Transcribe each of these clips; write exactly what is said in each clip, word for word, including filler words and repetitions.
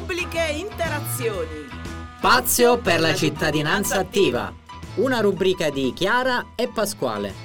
Pubbliche interazioni. Spazio per la cittadinanza attiva. Una rubrica di Chiara e Pasquale.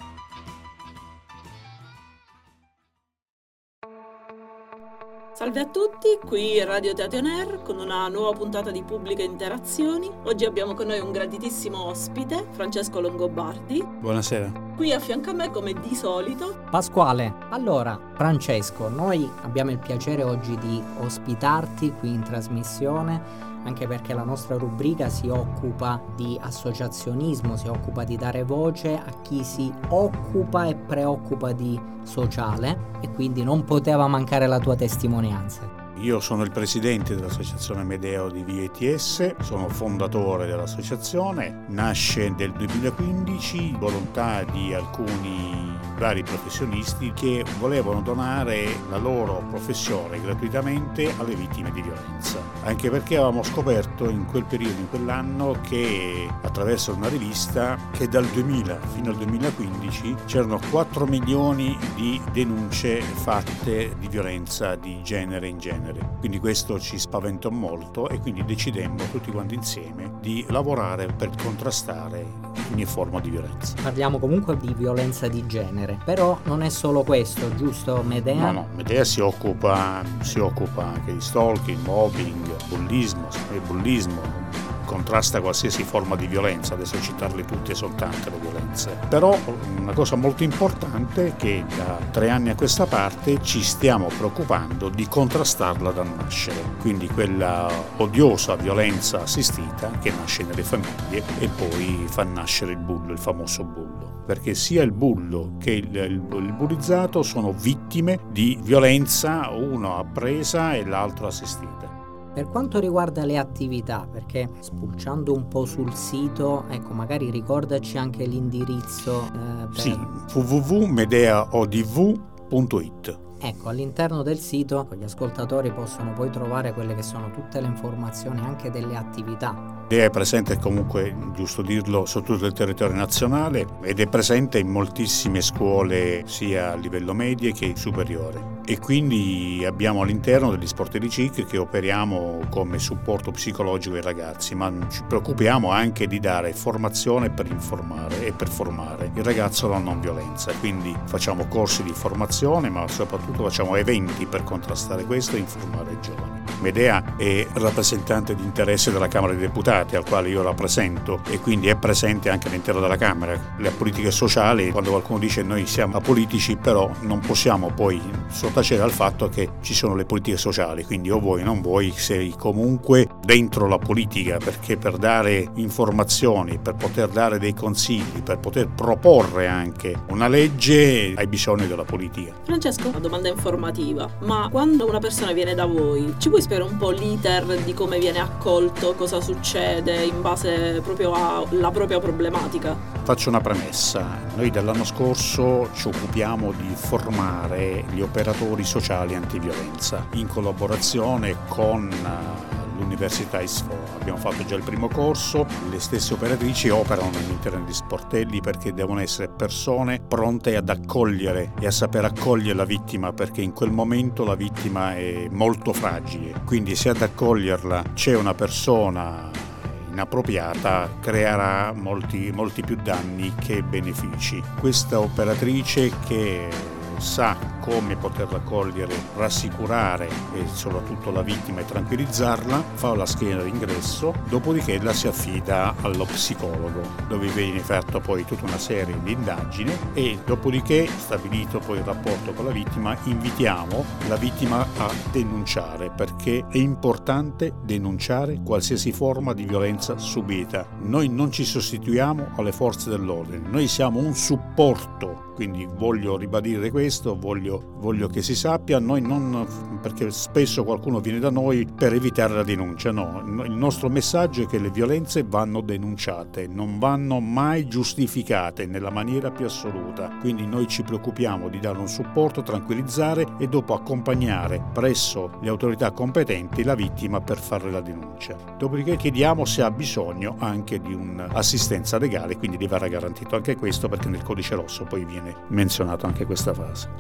Salve a tutti, qui Radio Teatro On Air con una nuova puntata di Pubbliche Interazioni. Oggi abbiamo con noi un graditissimo ospite, Francesco Longobardi. Buonasera. Qui a fianco a me, come di solito, Pasquale. Allora, Francesco, noi abbiamo il piacere oggi di ospitarti qui in trasmissione, anche perché la nostra rubrica si occupa di associazionismo, si occupa di dare voce a chi si occupa e preoccupa di sociale, e quindi non poteva mancare la tua testimonianza. Io sono il presidente dell'associazione Medeo di V E T S, sono fondatore dell'associazione, nasce nel duemilaquindici, volontà di alcuni vari professionisti che volevano donare la loro professione gratuitamente alle vittime di violenza, anche perché avevamo scoperto in quel periodo, in quell'anno, che attraverso una rivista che dal duemila fino al duemilaquindici c'erano quattro milioni di denunce fatte di violenza di genere in genere. Quindi questo ci spaventò molto e quindi decidemmo tutti quanti insieme di lavorare per contrastare ogni forma di violenza. Parliamo comunque di violenza di genere, però non è solo questo, giusto Medea? No, no, Medea si occupa, si occupa anche di stalking, mobbing, bullismo, bullismo, contrasta qualsiasi forma di violenza, adesso citarle tutte soltanto le violenze. Però una cosa molto importante è che da tre anni a questa parte ci stiamo preoccupando di contrastarla dal nascere, quindi quella odiosa violenza assistita che nasce nelle famiglie e poi fa nascere il bullo, il famoso bullo, perché sia il bullo che il, il, il bullizzato sono vittime di violenza, uno appresa e l'altro assistita. Per quanto riguarda le attività, perché spulciando un po' sul sito, ecco, magari ricordaci anche l'indirizzo. Eh, per... Sì, w w w punto medea o d v punto i t. Ecco, all'interno del sito gli ascoltatori possono poi trovare quelle che sono tutte le informazioni anche delle attività. Medea è presente comunque, giusto dirlo, su tutto il territorio nazionale ed è presente in moltissime scuole sia a livello medio che superiore. E quindi abbiamo all'interno degli sportelli C I C che operiamo come supporto psicologico ai ragazzi, ma ci preoccupiamo anche di dare formazione per informare e per formare il ragazzo alla non violenza. Quindi facciamo corsi di formazione, ma soprattutto facciamo eventi per contrastare questo e informare i giovani. Medea è rappresentante di interesse della Camera dei Deputati, al quale io rappresento, e quindi è presente anche all'interno della Camera. Le politiche sociali, quando qualcuno dice noi siamo apolitici, però non possiamo poi sottacere al fatto che ci sono le politiche sociali, quindi o vuoi o non vuoi sei comunque dentro la politica, perché per dare informazioni, per poter dare dei consigli, per poter proporre anche una legge hai bisogno della politica. Francesco, una domanda informativa, ma quando una persona viene da voi, ci puoi spiegare un po' l'iter di come viene accolto, cosa succede in base proprio alla propria problematica? Faccio una premessa, noi dall'anno scorso ci occupiamo di formare gli operatori sociali antiviolenza in collaborazione con l'Università I S F O. Abbiamo fatto già il primo corso, le stesse operatrici operano all'interno degli sportelli perché devono essere persone pronte ad accogliere e a saper accogliere la vittima, perché in quel momento la vittima è molto fragile, quindi se ad accoglierla c'è una persona inappropriata creerà molti, molti più danni che benefici. Questa operatrice che sa come poter raccogliere, rassicurare e soprattutto la vittima e tranquillizzarla, fa la scheda d'ingresso, dopodiché la si affida allo psicologo, dove viene fatta poi tutta una serie di indagini e dopodiché, stabilito poi il rapporto con la vittima, invitiamo la vittima a denunciare, perché è importante denunciare qualsiasi forma di violenza subita. Noi non ci sostituiamo alle forze dell'ordine, noi siamo un supporto, quindi voglio ribadire questo, voglio, voglio che si sappia, noi non, perché spesso qualcuno viene da noi per evitare la denuncia, no, il nostro messaggio è che le violenze vanno denunciate, non vanno mai giustificate nella maniera più assoluta, quindi noi ci preoccupiamo di dare un supporto, tranquillizzare e dopo accompagnare presso le autorità competenti la vittima per fare la denuncia. Dopodiché chiediamo se ha bisogno anche di un'assistenza legale, quindi deve essere garantito anche questo, perché nel codice rosso poi viene menzionato anche questa fase. Ci vuoi dire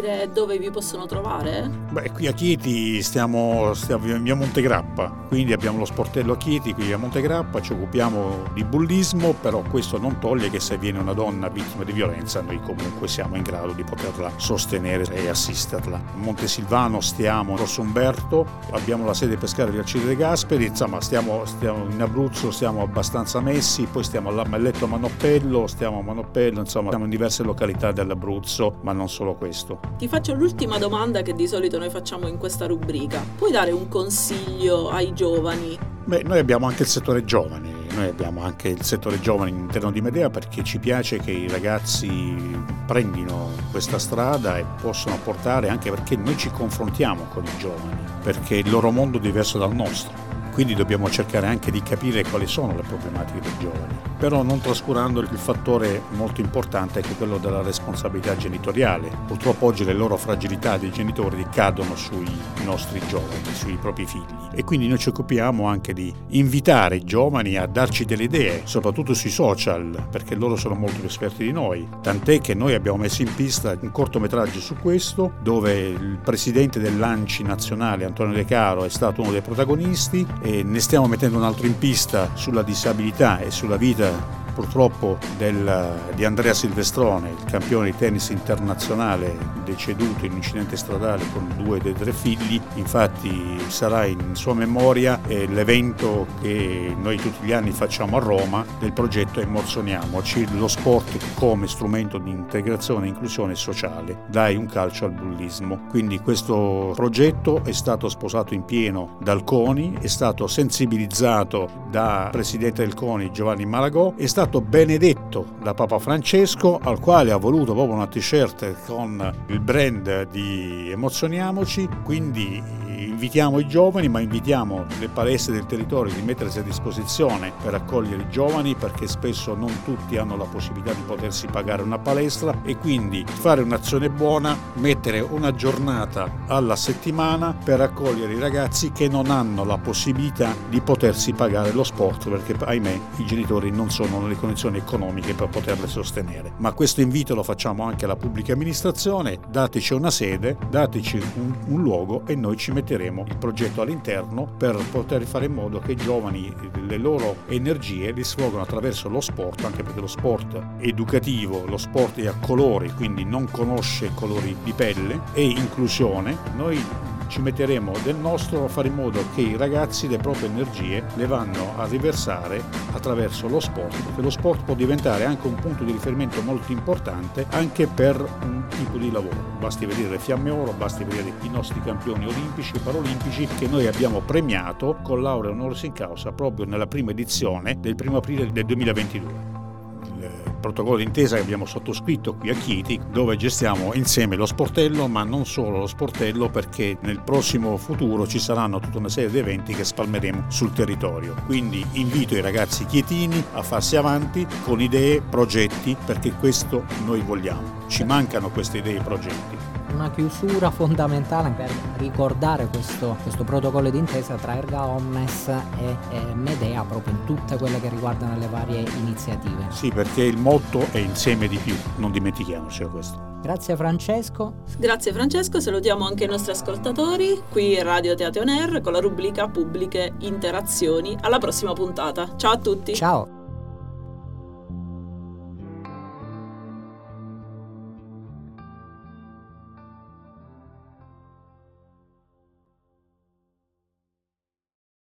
dire dove vi possono trovare? Beh, qui a Chieti stiamo, stiamo via Montegrappa, quindi abbiamo lo sportello a Chieti, qui a Montegrappa, ci occupiamo di bullismo, però questo non toglie che se viene una donna vittima di violenza noi comunque siamo in grado di poterla sostenere e assisterla. A Montesilvano stiamo in Rosso Umberto, abbiamo la sede pescaria di Alcide De Gasperi, insomma stiamo, stiamo in Abruzzo, stiamo abbastanza messi, poi stiamo a Melletto Manoppello, stiamo a Manoppello, insomma siamo in diverse località dell'Abruzzo, ma non solo questo. Ti faccio l'ultima domanda che di solito noi facciamo in questa rubrica. Puoi dare un consiglio ai giovani? Beh, noi abbiamo anche il settore giovani, noi abbiamo anche il settore giovani all'interno di Medea perché ci piace che i ragazzi prendino questa strada e possano portare, anche perché noi ci confrontiamo con i giovani, perché il loro mondo è diverso dal nostro. Quindi dobbiamo cercare anche di capire quali sono le problematiche dei giovani, però non trascurando il fattore molto importante che è quello della responsabilità genitoriale. Purtroppo oggi le loro fragilità dei genitori cadono sui nostri giovani, sui propri figli, e quindi noi ci occupiamo anche di invitare i giovani a darci delle idee, soprattutto sui social, perché loro sono molto più esperti di noi, tant'è che noi abbiamo messo in pista un cortometraggio su questo, dove il presidente dell'Anci nazionale Antonio De Caro è stato uno dei protagonisti, e ne stiamo mettendo un altro in pista sulla disabilità e sulla vita purtroppo del, di Andrea Silvestrone, il campione di tennis internazionale deceduto in un incidente stradale con due dei tre figli. Infatti sarà in sua memoria eh, l'evento che noi tutti gli anni facciamo a Roma del progetto Emozioniamoci, lo sport come strumento di integrazione e inclusione sociale, dai un calcio al bullismo. Quindi questo progetto è stato sposato in pieno dal CONI, è stato sensibilizzato da presidente del CONI Giovanni Malagò, è stato benedetto da Papa Francesco, al quale ha voluto proprio una t-shirt con il brand di Emozioniamoci. Quindi invitiamo i giovani, ma invitiamo le palestre del territorio di mettersi a disposizione per accogliere i giovani, perché spesso non tutti hanno la possibilità di potersi pagare una palestra, e quindi fare un'azione buona, mettere una giornata alla settimana per accogliere i ragazzi che non hanno la possibilità di potersi pagare lo sport, perché ahimè i genitori non sono nelle condizioni economiche per poterle sostenere. Ma questo invito lo facciamo anche alla pubblica amministrazione: dateci una sede, dateci un, un luogo e noi ci metteremo il progetto all'interno per poter fare in modo che i giovani le loro energie li sfogano attraverso lo sport, anche perché lo sport educativo, lo sport è a colori, quindi non conosce colori di pelle, e inclusione. Noi ci metteremo del nostro a fare in modo che i ragazzi le proprie energie le vanno a riversare attraverso lo sport, perché lo sport può diventare anche un punto di riferimento molto importante anche per un tipo di lavoro. Basti vedere le Fiamme Oro, basti vedere i nostri campioni olimpici e paraolimpici che noi abbiamo premiato con laurea honoris causa proprio nella prima edizione del primo aprile del duemilaventidue. Protocollo d'intesa che abbiamo sottoscritto qui a Chieti, dove gestiamo insieme lo sportello, ma non solo lo sportello, perché nel prossimo futuro ci saranno tutta una serie di eventi che spalmeremo sul territorio. Quindi invito i ragazzi chietini a farsi avanti con idee, progetti, perché questo noi vogliamo. Ci mancano queste idee e progetti. Una chiusura fondamentale per ricordare questo, questo protocollo d'intesa tra Erga Omnes e, e Medea, proprio in tutte quelle che riguardano le varie iniziative. Sì, perché il motto è insieme di più, non dimentichiamoci questo. Grazie Francesco. Grazie Francesco, salutiamo anche i nostri ascoltatori qui in Radio Teatro On Air con la rubrica Pubbliche Interazioni. Alla prossima puntata. Ciao a tutti. Ciao.